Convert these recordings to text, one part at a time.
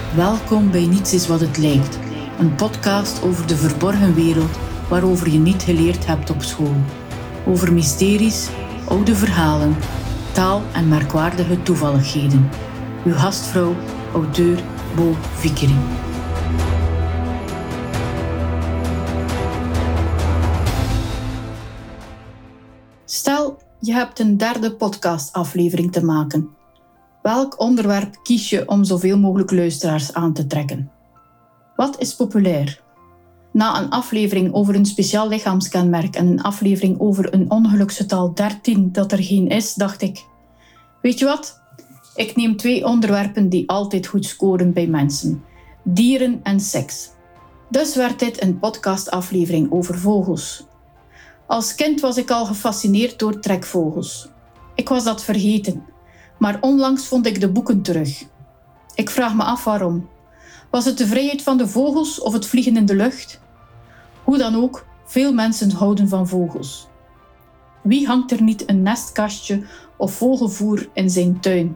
Welkom bij Niets is wat het lijkt. Een podcast over de verborgen wereld waarover je niet geleerd hebt op school. Over mysteries, oude verhalen, taal en merkwaardige toevalligheden. Uw gastvrouw, auteur Bo Vickering. Stel, je hebt een derde podcastaflevering te maken. Welk onderwerp kies je om zoveel mogelijk luisteraars aan te trekken? Wat is populair? Na een aflevering over een speciaal lichaamskenmerk en een aflevering over een ongeluksgetal 13 dat er geen is, dacht ik, weet je wat? Ik neem 2 onderwerpen die altijd goed scoren bij mensen. Dieren en seks. Dus werd dit een podcastaflevering over vogels. Als kind was ik al gefascineerd door trekvogels. Ik was dat vergeten. Maar onlangs vond ik de boeken terug. Ik vraag me af waarom. Was het de vrijheid van de vogels of het vliegen in de lucht? Hoe dan ook, veel mensen houden van vogels. Wie hangt er niet een nestkastje of vogelvoer in zijn tuin?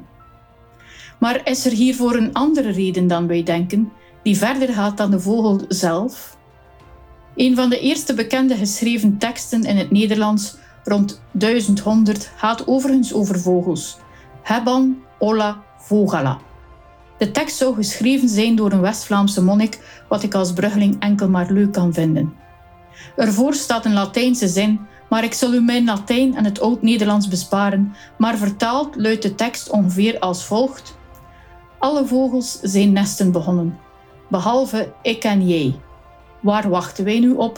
Maar is er hiervoor een andere reden dan wij denken, die verder gaat dan de vogel zelf? Een van de eerste bekende geschreven teksten in het Nederlands, rond 1100, gaat overigens over vogels. Hebban olla vogala. De tekst zou geschreven zijn door een West-Vlaamse monnik, wat ik als bruggeling enkel maar leuk kan vinden. Ervoor staat een Latijnse zin, maar ik zal u mijn Latijn en het Oud-Nederlands besparen, maar vertaald luidt de tekst ongeveer als volgt. Alle vogels zijn nesten begonnen, behalve ik en jij. Waar wachten wij nu op?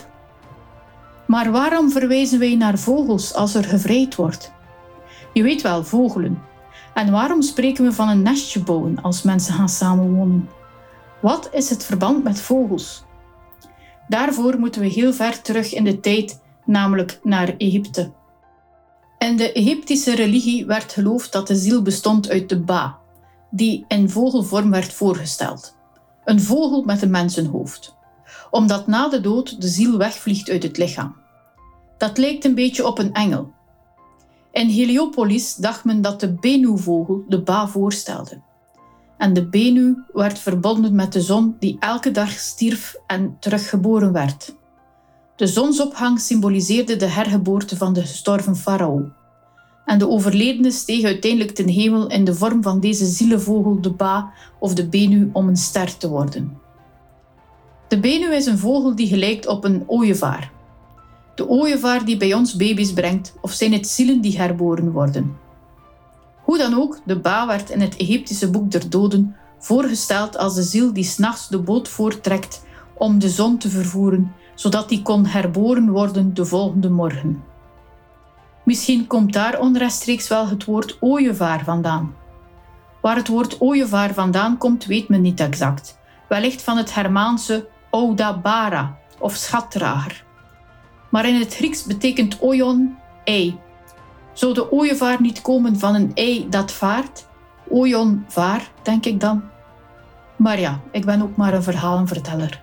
Maar waarom verwijzen wij naar vogels als er gevrijd wordt? Je weet wel, vogelen. En waarom spreken we van een nestje bouwen als mensen gaan samenwonen? Wat is het verband met vogels? Daarvoor moeten we heel ver terug in de tijd, namelijk naar Egypte. In de Egyptische religie werd geloofd dat de ziel bestond uit de ba, die in vogelvorm werd voorgesteld. Een vogel met een mensenhoofd. Omdat na de dood de ziel wegvliegt uit het lichaam. Dat lijkt een beetje op een engel. In Heliopolis dacht men dat de Bennu-vogel de ba voorstelde. En de Bennu werd verbonden met de zon die elke dag stierf en teruggeboren werd. De zonsopgang symboliseerde de hergeboorte van de gestorven farao. En de overledene steeg uiteindelijk ten hemel in de vorm van deze zielenvogel de ba of de Bennu om een ster te worden. De Bennu is een vogel die gelijkt op een ooievaar. De ooievaar die bij ons baby's brengt, of zijn het zielen die herboren worden? Hoe dan ook, de ba werd in het Egyptische boek der doden voorgesteld als de ziel die 's nachts de boot voorttrekt om de zon te vervoeren, zodat die kon herboren worden de volgende morgen. Misschien komt daar onrechtstreeks wel het woord ooievaar vandaan. Waar het woord ooievaar vandaan komt, weet men niet exact. Wellicht van het Germaanse oudabara of schatdrager. Maar in het Grieks betekent oion ei. Zou de ooievaar niet komen van een ei dat vaart? Oion vaar, denk ik dan. Maar ja, ik ben ook maar een verhalenverteller.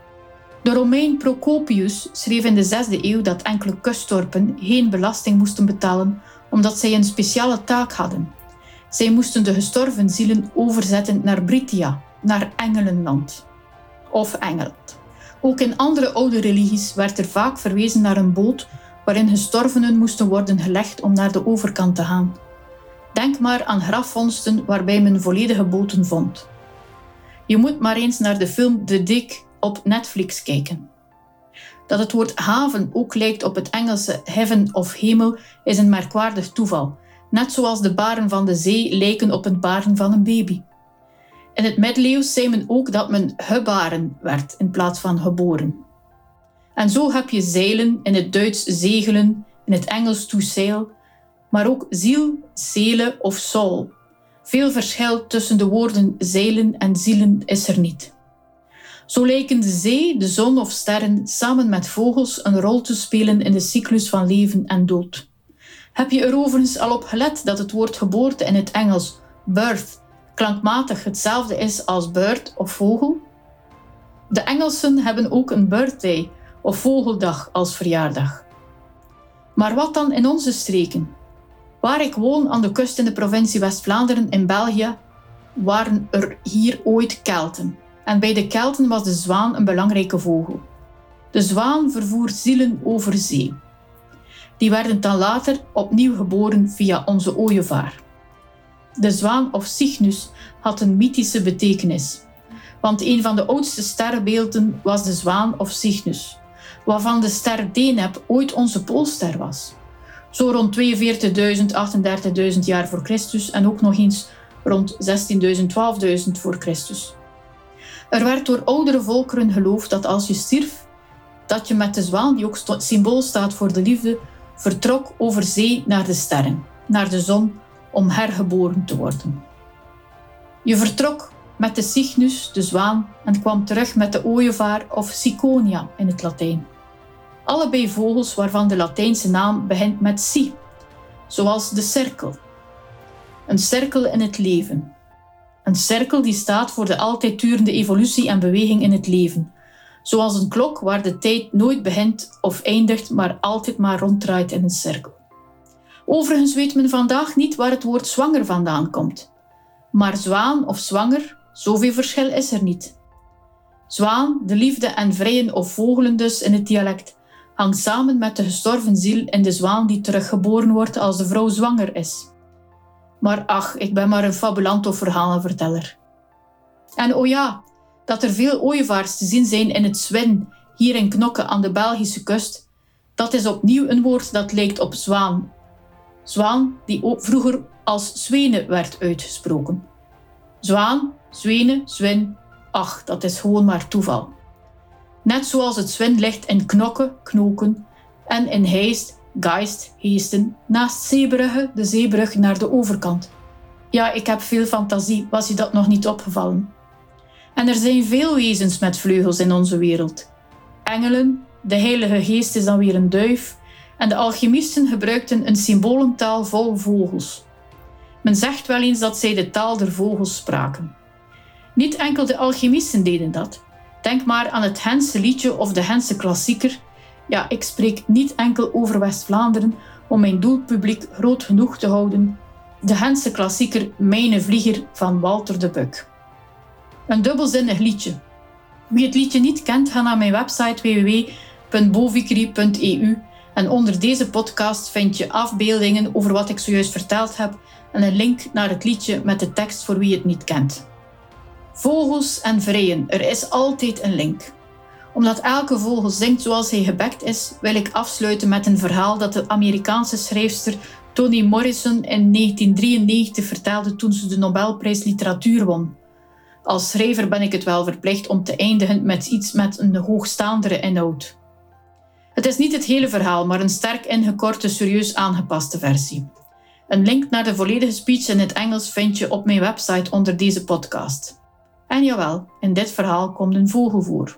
De Romein Procopius schreef in de 6e eeuw dat enkele kustdorpen geen belasting moesten betalen omdat zij een speciale taak hadden. Zij moesten de gestorven zielen overzetten naar Brittia, naar Engelenland. Of Engeland. Ook in andere oude religies werd er vaak verwezen naar een boot waarin gestorvenen moesten worden gelegd om naar de overkant te gaan. Denk maar aan grafvondsten waarbij men volledige boten vond. Je moet maar eens naar de film The Dig op Netflix kijken. Dat het woord haven ook lijkt op het Engelse heaven of hemel is een merkwaardig toeval, net zoals de baren van de zee lijken op het baren van een baby. In het middeleeuws zei men ook dat men gebaren werd in plaats van geboren. En zo heb je zeilen, in het Duits zegelen, in het Engels to sail, maar ook ziel, zele of soul. Veel verschil tussen de woorden zeilen en zielen is er niet. Zo lijken de zee, de zon of sterren samen met vogels een rol te spelen in de cyclus van leven en dood. Heb je er overigens al op gelet dat het woord geboorte in het Engels birth klankmatig hetzelfde is als bird of vogel? De Engelsen hebben ook een birthday of vogeldag als verjaardag. Maar wat dan in onze streken? Waar ik woon aan de kust in de provincie West-Vlaanderen in België, waren er hier ooit Kelten. En bij de Kelten was de zwaan een belangrijke vogel. De zwaan vervoer zielen over zee. Die werden dan later opnieuw geboren via onze ooievaar. De zwaan of Cygnus had een mythische betekenis. Want een van de oudste sterrenbeelden was de zwaan of Cygnus, waarvan de ster Deneb ooit onze poolster was. Zo rond 42.000, 38.000 jaar voor Christus en ook nog eens rond 16.000, 12.000 voor Christus. Er werd door oudere volkeren geloofd dat als je stierf, dat je met de zwaan, die ook symbool staat voor de liefde, vertrok over zee naar de sterren, naar de zon, om hergeboren te worden. Je vertrok met de Cygnus, de zwaan, en kwam terug met de ooievaar of Ciconia in het Latijn. Allebei vogels waarvan de Latijnse naam begint met ci, zoals de cirkel. Een cirkel in het leven. Een cirkel die staat voor de altijd durende evolutie en beweging in het leven. Zoals een klok waar de tijd nooit begint of eindigt, maar altijd maar ronddraait in een cirkel. Overigens weet men vandaag niet waar het woord zwanger vandaan komt. Maar zwaan of zwanger, zoveel verschil is er niet. Zwaan, de liefde en vrijen of vogelen dus in het dialect, hangt samen met de gestorven ziel in de zwaan die teruggeboren wordt als de vrouw zwanger is. Maar ach, ik ben maar een fabulant of verhalenverteller. En oh ja, dat er veel ooievaars te zien zijn in het Zwin, hier in Knokke aan de Belgische kust, dat is opnieuw een woord dat lijkt op zwaan. Zwaan die ook vroeger als zwene werd uitgesproken. Zwaan, zwene, zwin, ach, dat is gewoon maar toeval. Net zoals het Zwin ligt in Knokke, knoken, en in Heist, Geist, heesten, naast Zeebrugge, de zeebrug naar de overkant. Ja, ik heb veel fantasie, was je dat nog niet opgevallen? En er zijn veel wezens met vleugels in onze wereld. Engelen, de Heilige Geest is dan weer een duif, en de alchemisten gebruikten een symbolentaal vol vogels. Men zegt wel eens dat zij de taal der vogels spraken. Niet enkel de alchemisten deden dat. Denk maar aan het Gentse liedje of de Gentse klassieker. Ja, ik spreek niet enkel over West-Vlaanderen om mijn doelpubliek groot genoeg te houden. De Gentse klassieker Mijne Vlieger van Walter de Buck. Een dubbelzinnig liedje. Wie het liedje niet kent, ga naar mijn website www.bovikri.eu en onder deze podcast vind je afbeeldingen over wat ik zojuist verteld heb en een link naar het liedje met de tekst voor wie het niet kent. Vogels en vrijen, er is altijd een link. Omdat elke vogel zingt zoals hij gebekt is, wil ik afsluiten met een verhaal dat de Amerikaanse schrijfster Toni Morrison in 1993 vertelde toen ze de Nobelprijs Literatuur won. Als schrijver ben ik het wel verplicht om te eindigen met iets met een hoogstaandere inhoud. Het is niet het hele verhaal, maar een sterk ingekorte, serieus aangepaste versie. Een link naar de volledige speech in het Engels vind je op mijn website onder deze podcast. En jawel, in dit verhaal komt een vogel voor.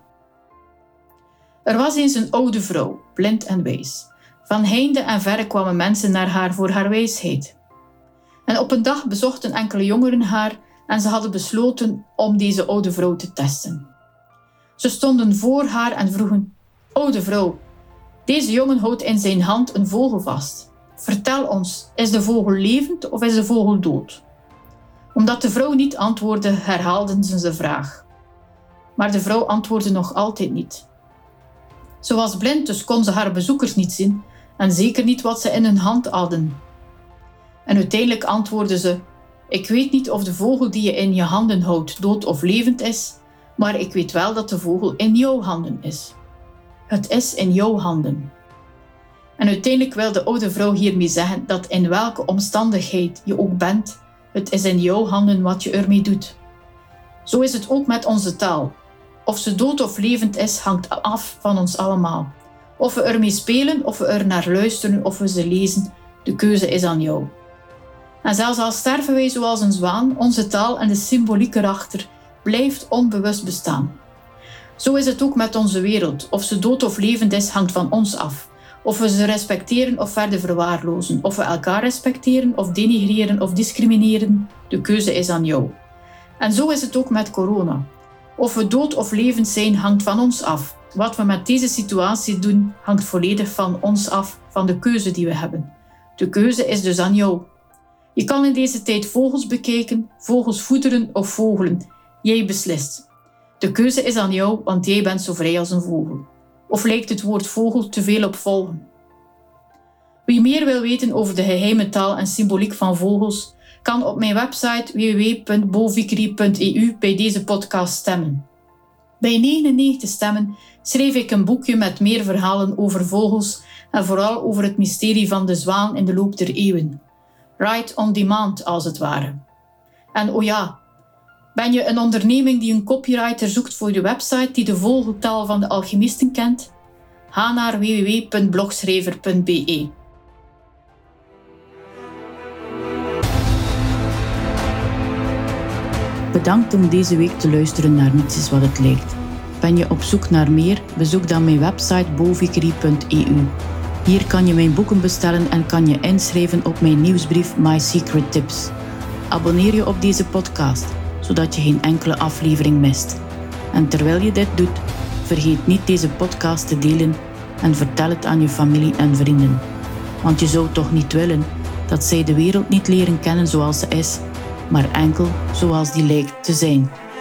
Er was eens een oude vrouw, blind en wijs. Van heinde en verre kwamen mensen naar haar voor haar wijsheid. En op een dag bezochten enkele jongeren haar en ze hadden besloten om deze oude vrouw te testen. Ze stonden voor haar en vroegen: Oude vrouw, deze jongen houdt in zijn hand een vogel vast. Vertel ons, is de vogel levend of is de vogel dood? Omdat de vrouw niet antwoordde, herhaalden ze de vraag. Maar de vrouw antwoordde nog altijd niet. Ze was blind, dus kon ze haar bezoekers niet zien en zeker niet wat ze in hun hand hadden. En uiteindelijk antwoordde ze: Ik weet niet of de vogel die je in je handen houdt dood of levend is, maar ik weet wel dat de vogel in jouw handen is. Het is in jouw handen. En uiteindelijk wil de oude vrouw hiermee zeggen dat in welke omstandigheid je ook bent, het is in jouw handen wat je ermee doet. Zo is het ook met onze taal. Of ze dood of levend is, hangt af van ons allemaal. Of we ermee spelen, of we er naar luisteren, of we ze lezen, de keuze is aan jou. En zelfs al sterven wij zoals een zwaan, onze taal en de symboliek erachter blijft onbewust bestaan. Zo is het ook met onze wereld. Of ze dood of levend is, hangt van ons af. Of we ze respecteren of verder verwaarlozen. Of we elkaar respecteren of denigreren of discrimineren, de keuze is aan jou. En zo is het ook met corona. Of we dood of levend zijn, hangt van ons af. Wat we met deze situatie doen, hangt volledig van ons af, van de keuze die we hebben. De keuze is dus aan jou. Je kan in deze tijd vogels bekijken, vogels voederen of vogelen. Jij beslist. De keuze is aan jou, want jij bent zo vrij als een vogel. Of lijkt het woord vogel te veel op volgen? Wie meer wil weten over de geheime taal en symboliek van vogels, kan op mijn website www.bovicry.eu bij deze podcast stemmen. Bij 99 stemmen schreef ik een boekje met meer verhalen over vogels en vooral over het mysterie van de zwaan in de loop der eeuwen. Right on demand, als het ware. En oh ja, ben je een onderneming die een copywriter zoekt voor je website die de vogeltaal van de alchemisten kent? Ga naar www.blogschrijver.be. Bedankt om deze week te luisteren naar Niets is wat het lijkt. Ben je op zoek naar meer? Bezoek dan mijn website bovicry.eu. Hier kan je mijn boeken bestellen en kan je inschrijven op mijn nieuwsbrief My Secret Tips. Abonneer je op deze podcast, zodat je geen enkele aflevering mist. En terwijl je dit doet, vergeet niet deze podcast te delen en vertel het aan je familie en vrienden. Want je zou toch niet willen dat zij de wereld niet leren kennen zoals ze is, maar enkel zoals die lijkt te zijn.